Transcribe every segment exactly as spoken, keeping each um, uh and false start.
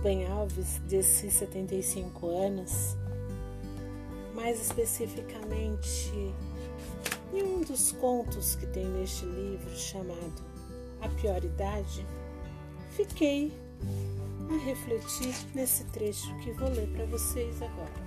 Rubem Alves, desses setenta e cinco anos, mais especificamente em um dos contos que tem neste livro chamado A Pior Idade, fiquei a refletir nesse trecho que vou ler para vocês agora.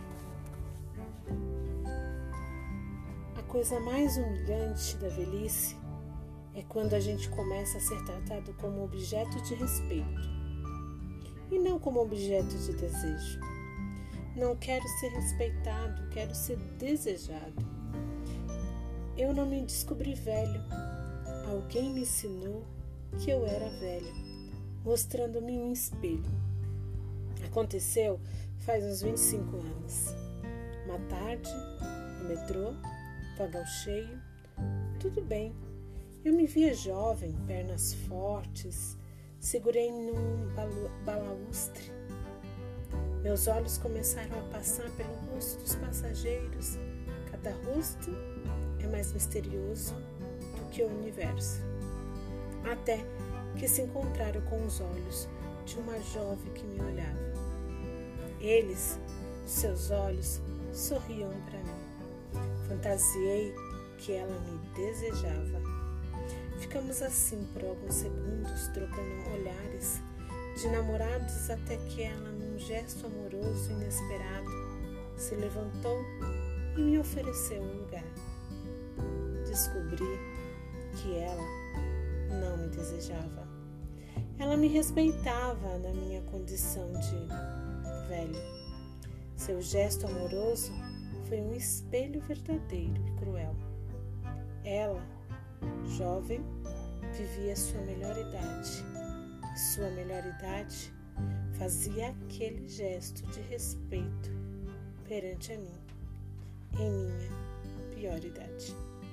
A coisa mais humilhante da velhice é quando a gente começa a ser tratado como objeto de respeito e não como objeto de desejo. Não quero ser respeitado, quero ser desejado. Eu não me descobri velho. Alguém me ensinou que eu era velho, mostrando-me um espelho. Aconteceu faz uns vinte e cinco anos. Uma tarde, no metrô, vagão cheio, tudo bem. Eu me via jovem, pernas fortes, segurei num balaustre. Meus olhos começaram a passar pelo rosto dos passageiros. Cada rosto é mais misterioso do que o universo. Até que se encontraram com os olhos de uma jovem que me olhava. Eles, seus olhos, sorriam para mim. Fantasiei que ela me desejava. Ficamos assim por alguns segundos, trocando olhares de namorados, até que ela, num gesto amoroso e inesperado, se levantou e me ofereceu um lugar. Descobri que ela não me desejava. Ela me respeitava na minha condição de velho. Seu gesto amoroso foi um espelho verdadeiro e cruel. Ela, jovem, vivia sua melhor idade. E sua melhor idade fazia aquele gesto de respeito perante a mim, em minha pior idade.